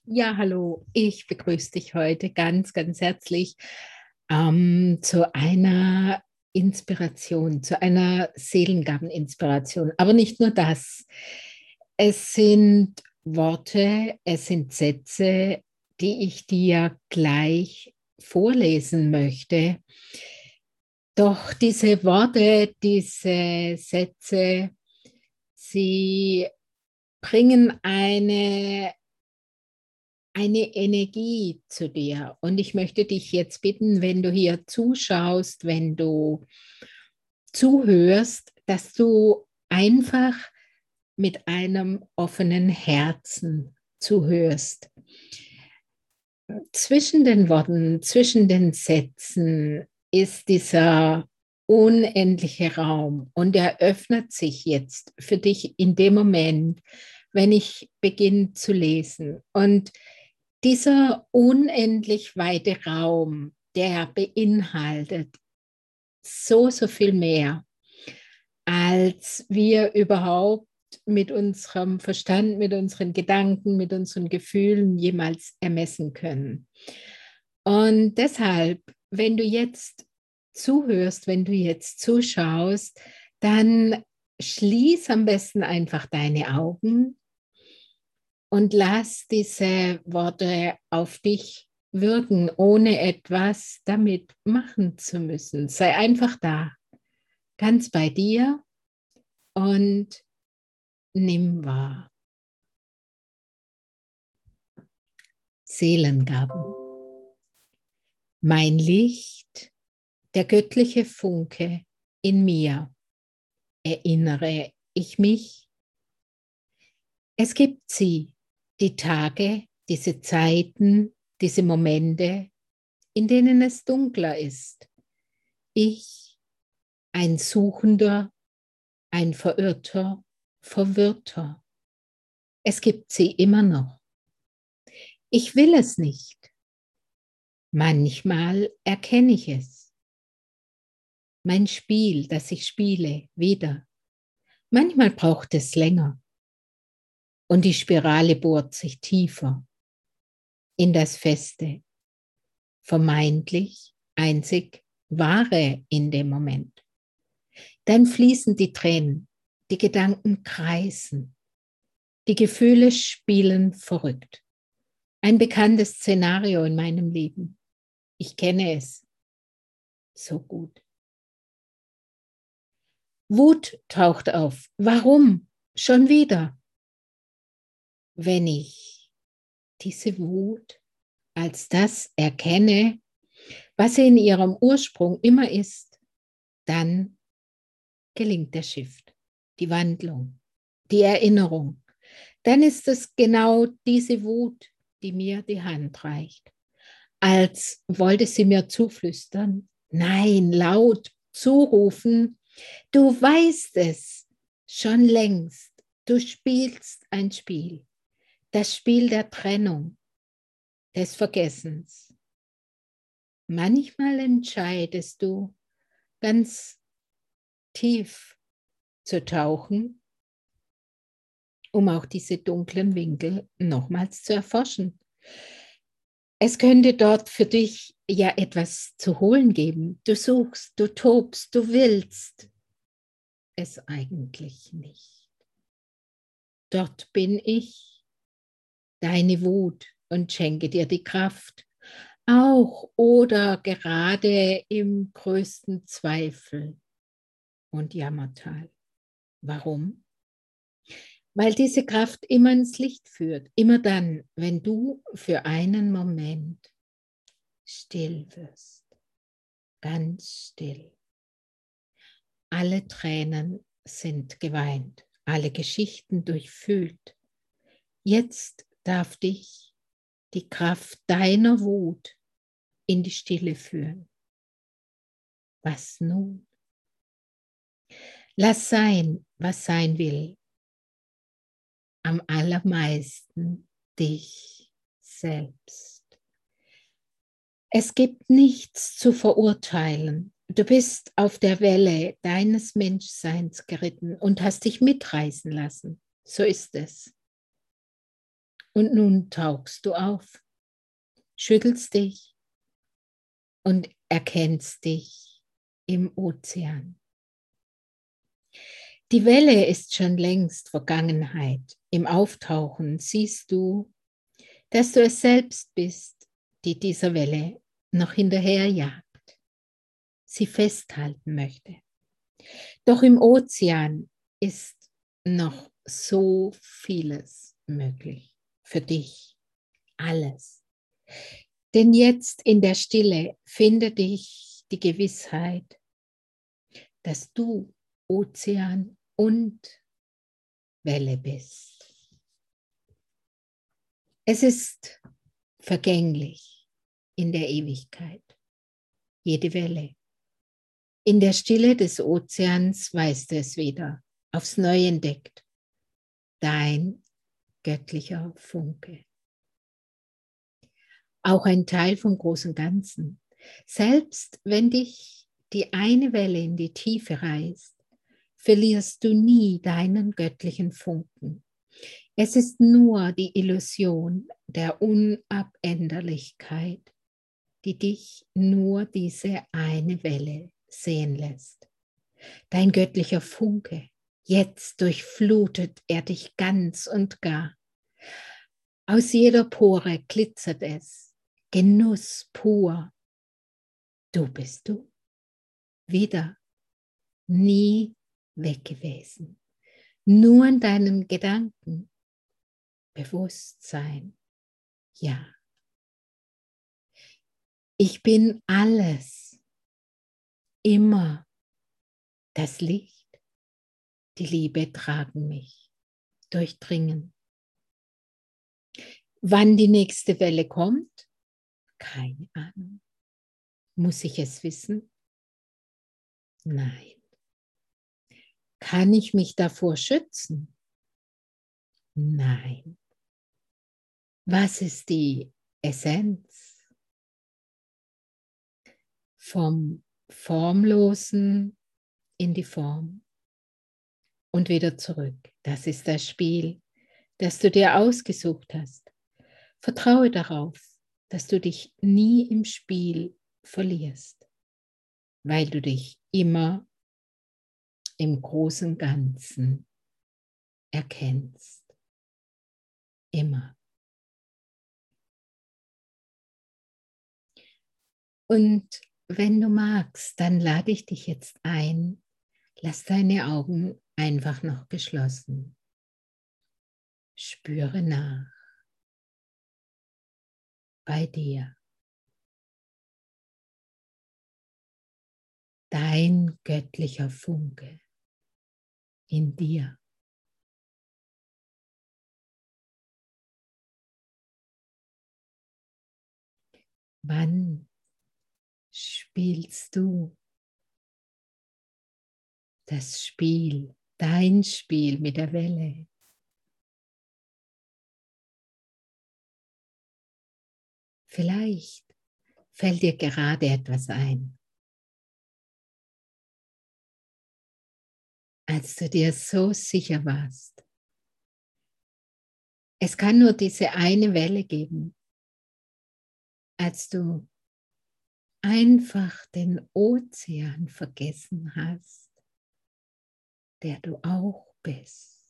Ja, hallo, ich begrüße dich heute ganz, ganz herzlich zu einer Inspiration, zu einer Seelengabeninspiration. Aber nicht nur das. Es sind Worte, es sind Sätze, die ich dir gleich vorlesen möchte. Doch diese Worte, diese Sätze, sie bringen eine Energie zu dir. Und ich möchte dich jetzt bitten, wenn du hier zuschaust, wenn du zuhörst, dass du einfach mit einem offenen Herzen zuhörst. Zwischen den Worten, zwischen den Sätzen ist dieser unendliche Raum und er öffnet sich jetzt für dich in dem Moment, wenn ich beginne zu lesen. Und dieser unendlich weite Raum, der beinhaltet so, so viel mehr, als wir überhaupt mit unserem Verstand, mit unseren Gedanken, mit unseren Gefühlen jemals ermessen können. Und deshalb, wenn du jetzt zuhörst, wenn du jetzt zuschaust, dann schließ am besten einfach deine Augen und lass diese Worte auf dich wirken, ohne etwas damit machen zu müssen. Sei einfach da, ganz bei dir und nimm wahr. Seelengaben. Mein Licht, der göttliche Funke in mir, erinnere ich mich. Es gibt sie, die Tage, diese Zeiten, diese Momente, in denen es dunkler ist. Ich, ein Suchender, ein Verirrter, Verwirrter. Es gibt sie immer noch. Ich will es nicht. Manchmal erkenne ich es. Mein Spiel, das ich spiele, wieder. Manchmal braucht es länger. Und die Spirale bohrt sich tiefer in das Feste, vermeintlich einzig Wahre in dem Moment. Dann fließen die Tränen, die Gedanken kreisen, die Gefühle spielen verrückt. Ein bekanntes Szenario in meinem Leben. Ich kenne es so gut. Wut taucht auf. Warum? Schon wieder. Wenn ich diese Wut als das erkenne, was sie in ihrem Ursprung immer ist, dann gelingt der Shift, die Wandlung, die Erinnerung. Dann ist es genau diese Wut, die mir die Hand reicht. Als wollte sie mir zuflüstern, nein, laut zurufen, du weißt es schon längst, du spielst ein Spiel, das Spiel der Trennung, des Vergessens. Manchmal entscheidest du ganz tief zu tauchen, um auch diese dunklen Winkel nochmals zu erforschen. Es könnte dort für dich ja etwas zu holen geben. Du suchst, du tobst, du willst es eigentlich nicht. Dort bin ich, deine Wut, und schenke dir die Kraft, auch oder gerade im größten Zweifel und Jammertal. Warum? Weil diese Kraft immer ins Licht führt, immer dann, wenn du für einen Moment still wirst, ganz still. Alle Tränen sind geweint, alle Geschichten durchfühlt. Jetzt darf dich die Kraft deiner Wut in die Stille führen. Was nun? Lass sein, was sein will. Am allermeisten dich selbst. Es gibt nichts zu verurteilen. Du bist auf der Welle deines Menschseins geritten und hast dich mitreißen lassen. So ist es. Und nun tauchst du auf, schüttelst dich und erkennst dich im Ozean. Die Welle ist schon längst Vergangenheit. Im Auftauchen siehst du, dass du es selbst bist, die dieser Welle noch hinterherjagt, sie festhalten möchte. Doch im Ozean ist noch so vieles möglich für dich, alles. Denn jetzt in der Stille findet dich die Gewissheit, dass du Ozean und Welle bist. Es ist vergänglich in der Ewigkeit, jede Welle. In der Stille des Ozeans weißt du es wieder, aufs Neue entdeckt, dein göttlicher Funke. Auch ein Teil vom großen Ganzen. Selbst wenn dich die eine Welle in die Tiefe reißt, verlierst du nie deinen göttlichen Funken. Es ist nur die Illusion der Unabänderlichkeit, die dich nur diese eine Welle sehen lässt. Dein göttlicher Funke, jetzt durchflutet er dich ganz und gar. Aus jeder Pore glitzert es, Genuss pur. Du bist du, wieder, nie weg gewesen. Nur in deinen Gedanken, Bewusstsein, ja. Ich bin alles, immer. Das Licht, die Liebe tragen mich, durchdringen. Wann die nächste Welle kommt? Keine Ahnung. Muss ich es wissen? Nein. Kann ich mich davor schützen? Nein. Was ist die Essenz? Vom Formlosen in die Form und wieder zurück. Das ist das Spiel, das du dir ausgesucht hast. Vertraue darauf, dass du dich nie im Spiel verlierst, weil du dich immer im großen Ganzen erkennst. Immer. Und wenn du magst, dann lade ich dich jetzt ein, lass deine Augen einfach noch geschlossen. Spüre nach bei dir. Dein göttlicher Funke in dir. Wann spielst du das Spiel, dein Spiel mit der Welle? Vielleicht fällt dir gerade etwas ein, als du dir so sicher warst. Es kann nur diese eine Welle geben, als du einfach den Ozean vergessen hast, der du auch bist.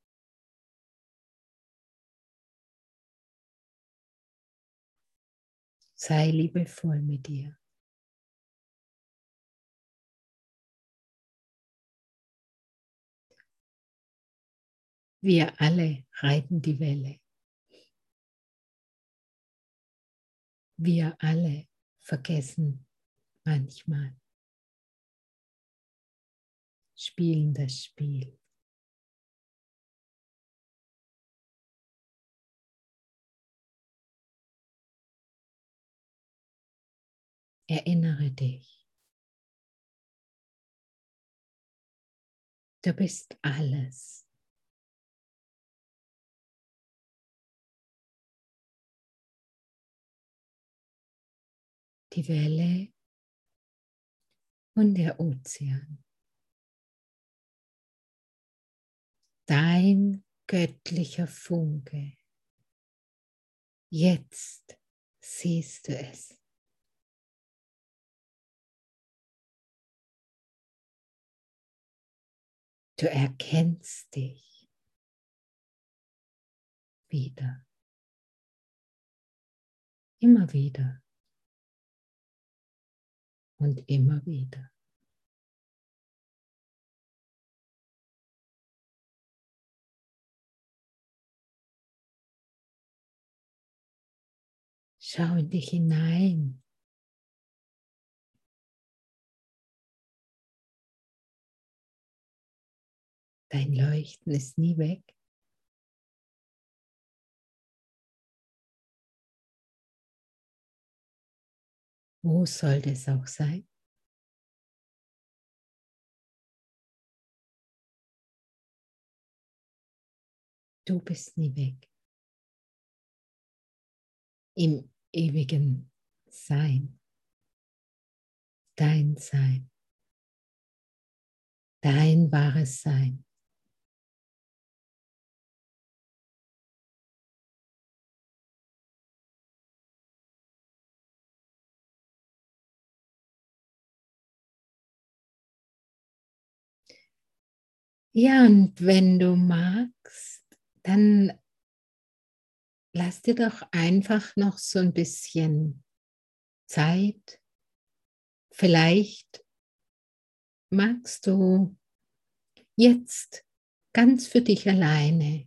Sei liebevoll mit dir. Wir alle reiten die Welle. Wir alle vergessen manchmal, spielen das Spiel. Erinnere dich, du bist alles. Die Welle und der Ozean. Dein göttlicher Funke Jetzt siehst du es. Du erkennst dich wieder, immer wieder und immer wieder. Schau in dich hinein. Dein Leuchten ist nie weg. Wo soll das auch sein? Du bist nie weg. Im ewigen Sein. Dein Sein. Dein wahres Sein. Ja, und wenn du magst, dann lass dir doch einfach noch so ein bisschen Zeit. Vielleicht magst du jetzt ganz für dich alleine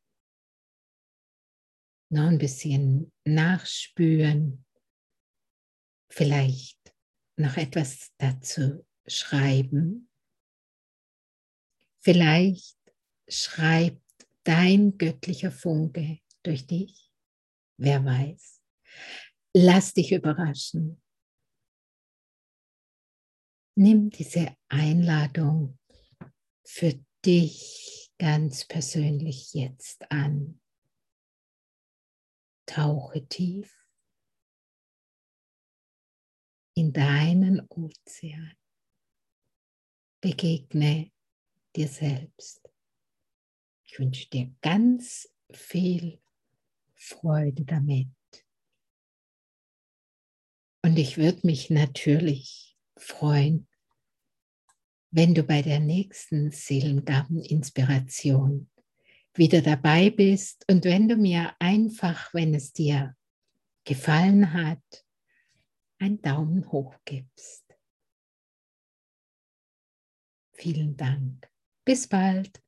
noch ein bisschen nachspüren, vielleicht noch etwas dazu schreiben. Vielleicht schreibt dein göttlicher Funke durch dich, wer weiß. Lass dich überraschen. Nimm diese Einladung für dich ganz persönlich jetzt an. Tauche tief in deinen Ozean. Begegne dir selbst. Ich wünsche dir ganz viel Freude damit. Und ich würde mich natürlich freuen, wenn du bei der nächsten Seelengaben-Inspiration wieder dabei bist und wenn du mir einfach, wenn es dir gefallen hat, einen Daumen hoch gibst. Vielen Dank. Bis bald.